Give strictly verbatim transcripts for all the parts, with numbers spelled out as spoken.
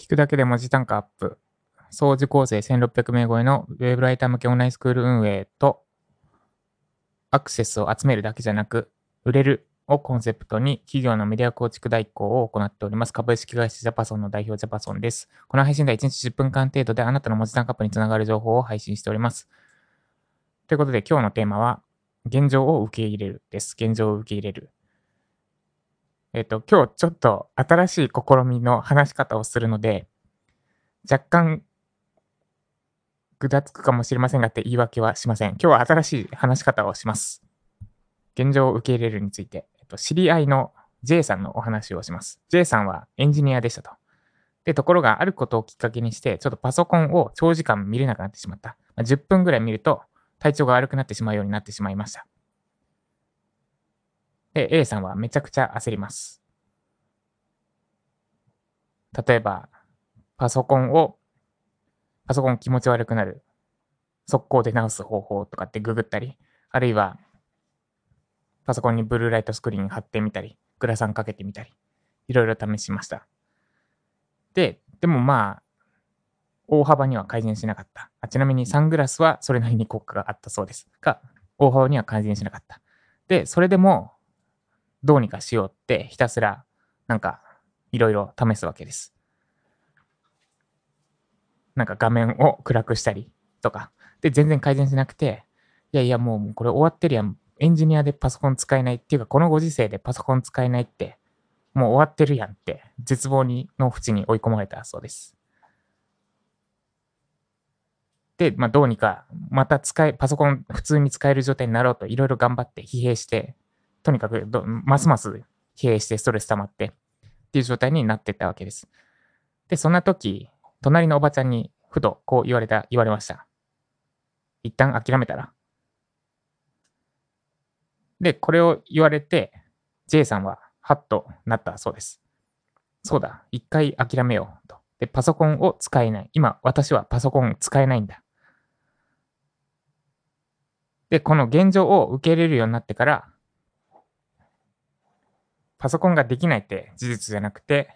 聞くだけで文字単価アップ。総受講生せんろっぴゃくめい超えのウェブライター向けオンラインスクール運営と、アクセスを集めるだけじゃなく、売れるをコンセプトに企業のメディア構築代行を行っております株式会社ジャパソンの代表ジャパソンです。この配信ではいちにちじゅっぷんかん程度であなたの文字単価アップにつながる情報を配信しております。ということで今日のテーマは、現状を受け入れるです。現状を受け入れる。えっと、今日ちょっと新しい試みの話し方をするので、若干ぐだつくかもしれませんがって言い訳はしません。今日は新しい話し方をします。現状を受け入れるについて、えっと、知り合いの J さんのお話をします。J さんはエンジニアでしたと。で、ところがあることをきっかけにして、ちょっとパソコンを長時間見れなくなってしまった。まあ、じゅっぷんぐらい見ると体調が悪くなってしまうようになってしまいました。で、A さんはめちゃくちゃ焦ります。例えば、パソコンを、パソコン気持ち悪くなる。速攻で直す方法とかってググったり、あるいはパソコンにブルーライトスクリーン貼ってみたり、グラサンかけてみたり、いろいろ試しました。で、でもまあ、大幅には改善しなかった。あちなみにサングラスはそれなりに効果があったそうですが、大幅には改善しなかった。で、それでもどうにかしようってひたすらなんかいろいろ試すわけです。なんか画面を暗くしたりとか。で、全然改善しなくて、いやいやもうこれ終わってるやん。エンジニアでパソコン使えないっていうか、このご時世でパソコン使えないって、もう終わってるやんって、絶望にの淵に追い込まれたそうです。で、まあ、どうにか、また使え、パソコン普通に使える状態になろうといろいろ頑張って疲弊して、とにかくど、ますます疲弊してストレス溜まってっていう状態になっていったわけです。で、そんな時、隣のおばちゃんにふとこう言われた、言われました。一旦諦めたら。で、これを言われて、J さんはハッとなったそうです。そうだ、一回諦めようと。で、パソコンを使えない。今、私はパソコン使えないんだ。で、この現状を受け入れるようになってから、パソコンができないって事実じゃなくて、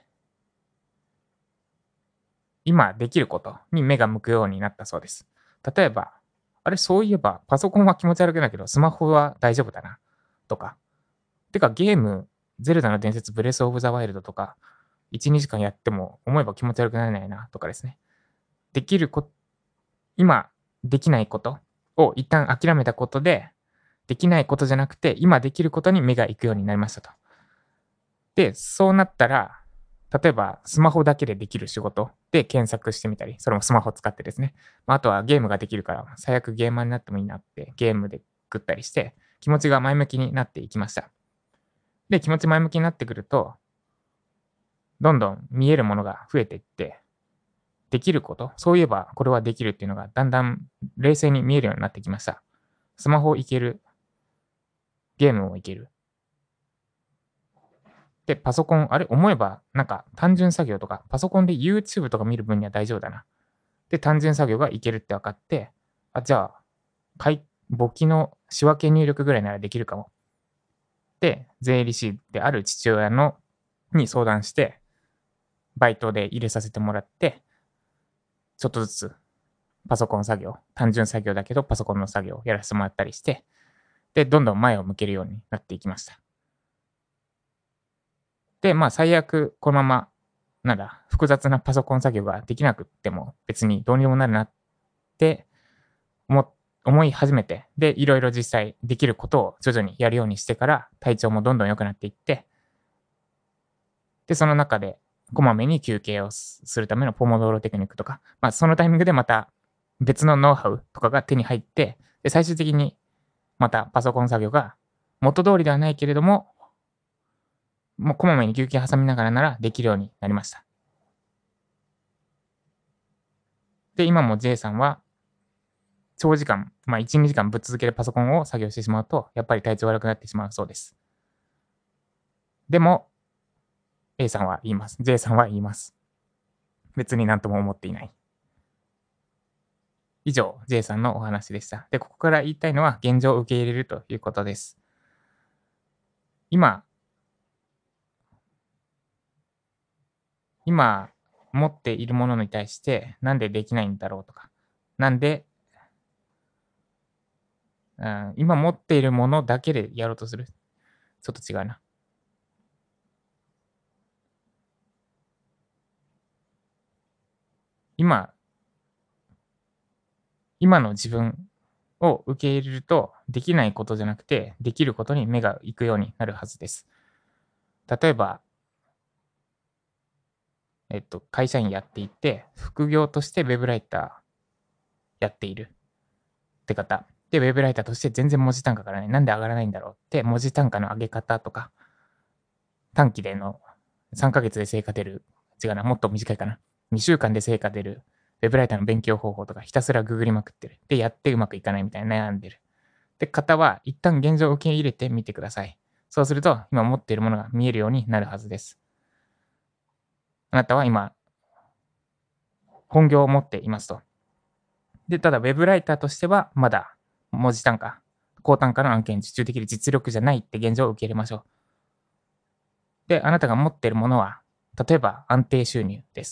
今できることに目が向くようになったそうです。例えば、あれ、そういえば、パソコンは気持ち悪くないけど、スマホは大丈夫だな。とか。てか、ゲーム、ゼルダの伝説、ブレスオブザワイルドとか、いち、にじかんやっても思えば気持ち悪くならないな、とかですね。できるこ、今できないことを一旦諦めたことで、できないことじゃなくて、今できることに目が行くようになりましたと。で、そうなったら、例えばスマホだけでできる仕事で検索してみたり、それもスマホ使ってですね。まあ、あとはゲームができるから、最悪ゲーマーになってもいいなってゲームで食ったりして、気持ちが前向きになっていきました。で、気持ち前向きになってくると、どんどん見えるものが増えていって、できること、そういえばこれはできるっていうのがだんだん冷静に見えるようになってきました。スマホいける、ゲームもいける。で、パソコン、あれ思えば、なんか単純作業とか、パソコンで YouTube とか見る分には大丈夫だな。で、単純作業がいけるって分かって、あ、じゃあ、かい簿記の仕分け入力ぐらいならできるかも。で、税理士である父親のに相談して、バイトで入れさせてもらって、ちょっとずつパソコン作業、単純作業だけどパソコンの作業をやらせてもらったりして、で、どんどん前を向けるようになっていきました。で、まあ最悪このままなら複雑なパソコン作業ができなくっても別にどうにもなるなって思思い始めて、で、いろいろ実際できることを徐々にやるようにしてから体調もどんどん良くなっていって、で、その中でこまめに休憩をするためのポモドーロテクニックとか、まあそのタイミングでまた別のノウハウとかが手に入って、で、最終的にまたパソコン作業が元通りではないけれども、もうこまめに休憩挟みながらならできるようになりました。で、今も J さんは長時間、まあいち、にじかんぶっ続けでパソコンを作業してしまうと、やっぱり体調悪くなってしまうそうです。でも、A さんは言います。J さんは言います。別になんとも思っていない。以上、J さんのお話でした。で、ここから言いたいのは現状を受け入れるということです。今、今、 持っているものに対してなんでできないんだろうとか、なんで、うん、今持っているものだけでやろうとする。ちょっと違うな。今、今の自分を受け入れると、できないことじゃなくて、できることに目が行くようになるはずです。例えば、えっと、会社員やっていて、副業としてウェブライターやっているって方。で、ウェブライターとして全然文字単価がない。なんで上がらないんだろうって、文字単価の上げ方とか、短期でのさんかげつで成果出る。違うな、もっと短いかな。にしゅうかんで成果出る。ウェブライターの勉強方法とかひたすらググりまくってる。で、やってうまくいかないみたいな悩んでる。って方は、一旦現状を受け入れてみてください。そうすると、今持っているものが見えるようになるはずです。あなたは今、本業を持っていますと。で、ただ、ウェブライターとしては、まだ文字単価、高単価の案件受注できる実力じゃないって現状を受け入れましょう。で、あなたが持っているものは、例えば安定収入です。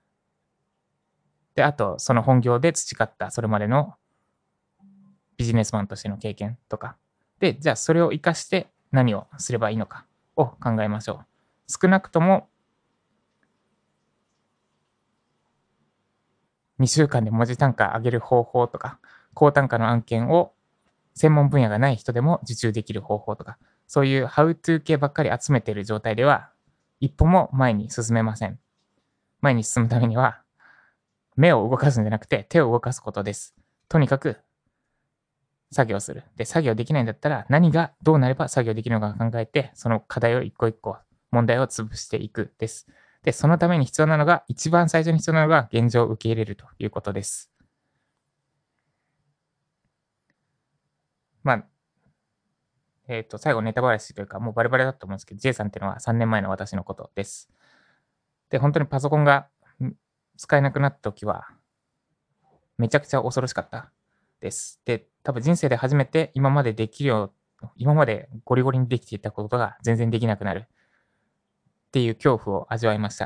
で、あと、その本業で培ったそれまでのビジネスマンとしての経験とか。で、じゃあそれを活かして何をすればいいのかを考えましょう。少なくともにしゅうかんで文字単価上げる方法とか、高単価の案件を専門分野がない人でも受注できる方法とか、そういう How to 系ばっかり集めている状態では、一歩も前に進めません。前に進むためには、目を動かすんじゃなくて手を動かすことです。とにかく作業する。で、作業できないんだったら何がどうなれば作業できるのか考えて、その課題を一個一個問題を潰していくです。で、そのために必要なのが、一番最初に必要なのが現状を受け入れるということです。まあ、えっ、と、最後ネタバラシというか、もうバレバレだと思うんですけど、J さんっていうのはさんねんまえの私のことです。で、本当にパソコンが使えなくなった時は、めちゃくちゃ恐ろしかったです。で、多分人生で初めて今までできるよう、今までゴリゴリにできていたことが全然できなくなるっていう恐怖を味わいました。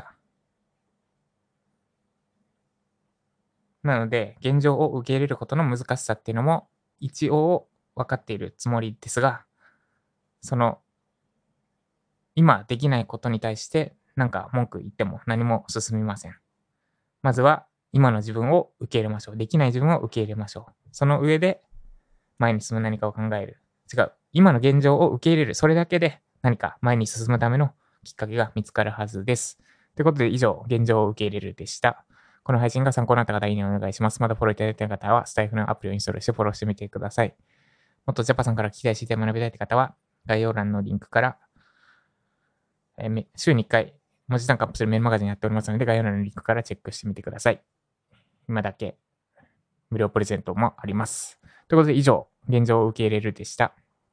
なので、現状を受け入れることの難しさっていうのも一応分かっているつもりですが、その今できないことに対してなんか文句言っても何も進みません。まずは今の自分を受け入れましょう。できない自分を受け入れましょう。その上で前に進む何かを考える。違う。今の現状を受け入れる。それだけで何か前に進むためのきっかけが見つかるはずです。ということで以上、現状を受け入れるでした。この配信が参考になった方、いいねお願いします。まだフォローいただいていない方は、スタイフのアプリをインストールしてフォローしてみてください。もっとジャパさんから聞きたい、知りたい、学びたいって方は、概要欄のリンクから、えー週にいっかい文字単価アップするメールマガジンやっておりますので、概要欄のリンクからチェックしてみてください。今だけ無料プレゼントもあります。ということで以上、現状を受け入れるでした。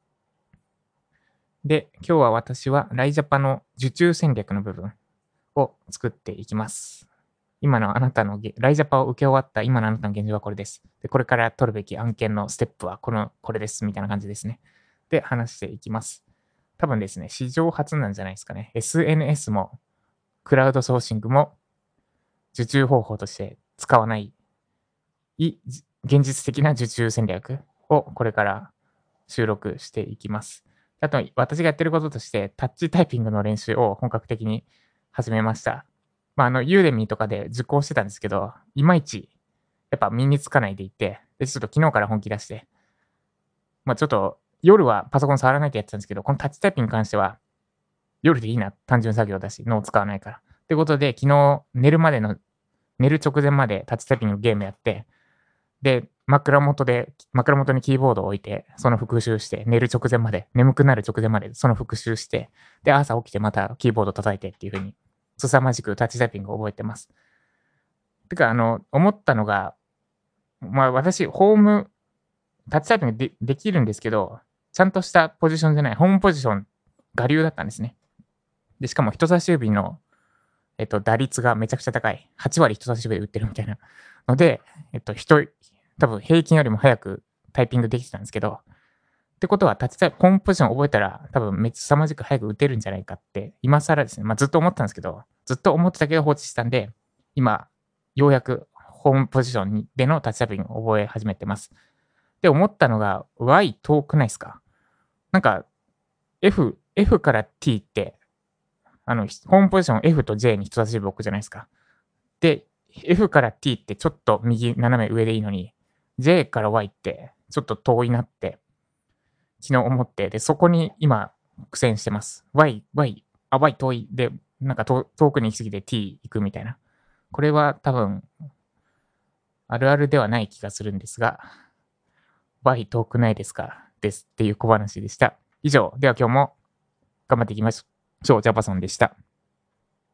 で、今日は私はライジャパの受注戦略の部分を作っていきます。今のあなたのライジャパを受け終わった今のあなたの現状はこれです。で、これから取るべき案件のステップはこの、これです。みたいな感じですね。で、話していきます。多分ですね、史上初なんじゃないですかね。エスエヌエス もクラウドソーシングも受注方法として使わない現実的な受注戦略をこれから収録していきます。あと、私がやってることとして、タッチタイピングの練習を本格的に始めました。まあ、あの、ユーデミーとかで受講してたんですけど、いまいち、やっぱ身につかないでいて、で、ちょっと昨日から本気出して、まあ、ちょっと、夜はパソコン触らないでやってたんですけど、このタッチタイピングに関しては、夜でいいな、単純作業だし、脳使わないから。ってことで、昨日、寝るまでの、寝る直前までタッチタイピングのゲームやって、で、枕元で、枕元にキーボードを置いて、その復習して、寝る直前まで、眠くなる直前まで、その復習して、で、朝起きてまたキーボード叩いてっていう風に、凄まじくタッチタイピングを覚えてます。てか、あの、思ったのが、まあ私、ホーム、タッチタイピング で, できるんですけど、ちゃんとしたポジションじゃない、ホームポジション、我流だったんですね。で、しかも人差し指の、えっと、打率がめちゃくちゃ高い。はち割人差し指で打ってるみたいなので、えっと、人、多分平均よりも早くタイピングできてたんですけど、ってことは、タッチタイプ、ホームポジション覚えたら、多分めっちゃ凄まじく早く打てるんじゃないかって、今更ですね、まあずっと思ったんですけど、ずっと思ってたけど放置したんで、 今、ようやくホームポジションでのタッチタイピングを覚え始めてます。で、思ったのが、Y 遠くないですか？なんか、F、F から T って、あの、ホームポジション F と J に人差し指置くじゃないですか。で、F から T ってちょっと右斜め上でいいのに、J から Y ってちょっと遠いなって、昨日思って、で、そこに今苦戦してます。Y、Y、あ、Y 遠い。で、なんか遠くに行き過ぎて T 行くみたいな。これは多分、あるあるではない気がするんですが、Y 遠くないですかですっていう小話でした。以上、では今日も頑張っていきましょう。ジャパソンでした。